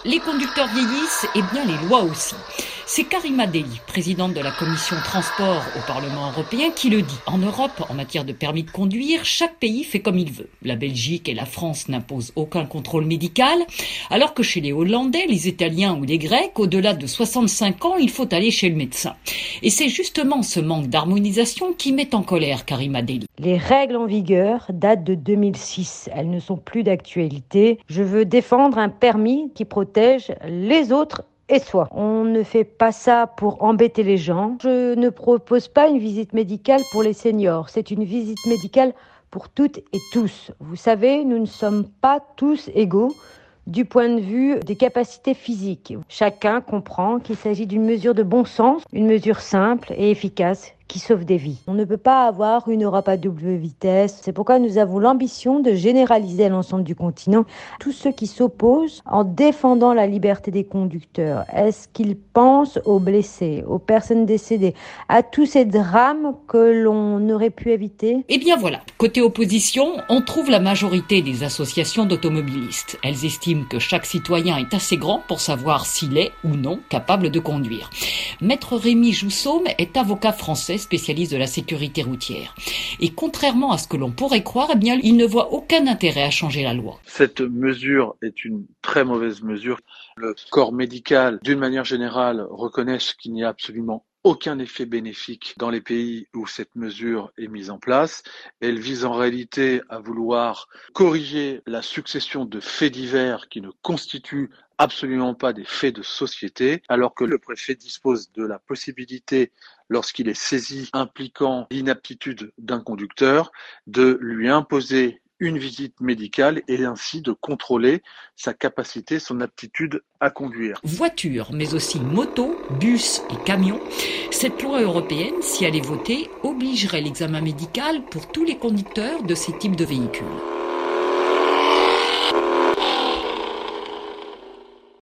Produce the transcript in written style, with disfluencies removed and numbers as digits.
Les conducteurs vieillissent, et bien les lois aussi. C'est Karima Delli, présidente de la commission transport au Parlement européen, qui le dit. En Europe, en matière de permis de conduire, chaque pays fait comme il veut. La Belgique et la France n'imposent aucun contrôle médical, alors que chez les Hollandais, les Italiens ou les Grecs, au-delà de 65 ans, il faut aller chez le médecin. Et c'est justement ce manque d'harmonisation qui met en colère Karima Delli. Les règles en vigueur datent de 2006. Elles ne sont plus d'actualité. Je veux défendre un permis qui protège les autres et soi. On ne fait pas ça pour embêter les gens. Je ne propose pas une visite médicale pour les seniors. C'est une visite médicale pour toutes et tous. Vous savez, nous ne sommes pas tous égaux du point de vue des capacités physiques. Chacun comprend qu'il s'agit d'une mesure de bon sens, une mesure simple et efficace qui sauve des vies. On ne peut pas avoir une Europe à double vitesse. C'est pourquoi nous avons l'ambition de généraliser à l'ensemble du continent tous ceux qui s'opposent en défendant la liberté des conducteurs. Est-ce qu'ils pensent aux blessés, aux personnes décédées, à tous ces drames que l'on aurait pu éviter? Eh bien voilà, côté opposition, on trouve la majorité des associations d'automobilistes. Elles estiment que chaque citoyen est assez grand pour savoir s'il est ou non capable de conduire. Maître Rémi Joussaume est avocat français spécialiste de la sécurité routière. Et contrairement à ce que l'on pourrait croire, eh bien, il ne voit aucun intérêt à changer la loi. Cette mesure est une très mauvaise mesure. Le corps médical, d'une manière générale, reconnaît qu'il n'y a absolument aucun effet bénéfique dans les pays où cette mesure est mise en place. Elle vise en réalité à vouloir corriger la succession de faits divers qui ne constituent absolument pas des faits de société, alors que le préfet dispose de la possibilité, lorsqu'il est saisi impliquant l'inaptitude d'un conducteur, de lui imposer une visite médicale et ainsi de contrôler sa capacité, son aptitude à conduire. Voitures, mais aussi motos, bus et camions. Cette loi européenne, si elle est votée, obligerait l'examen médical pour tous les conducteurs de ces types de véhicules.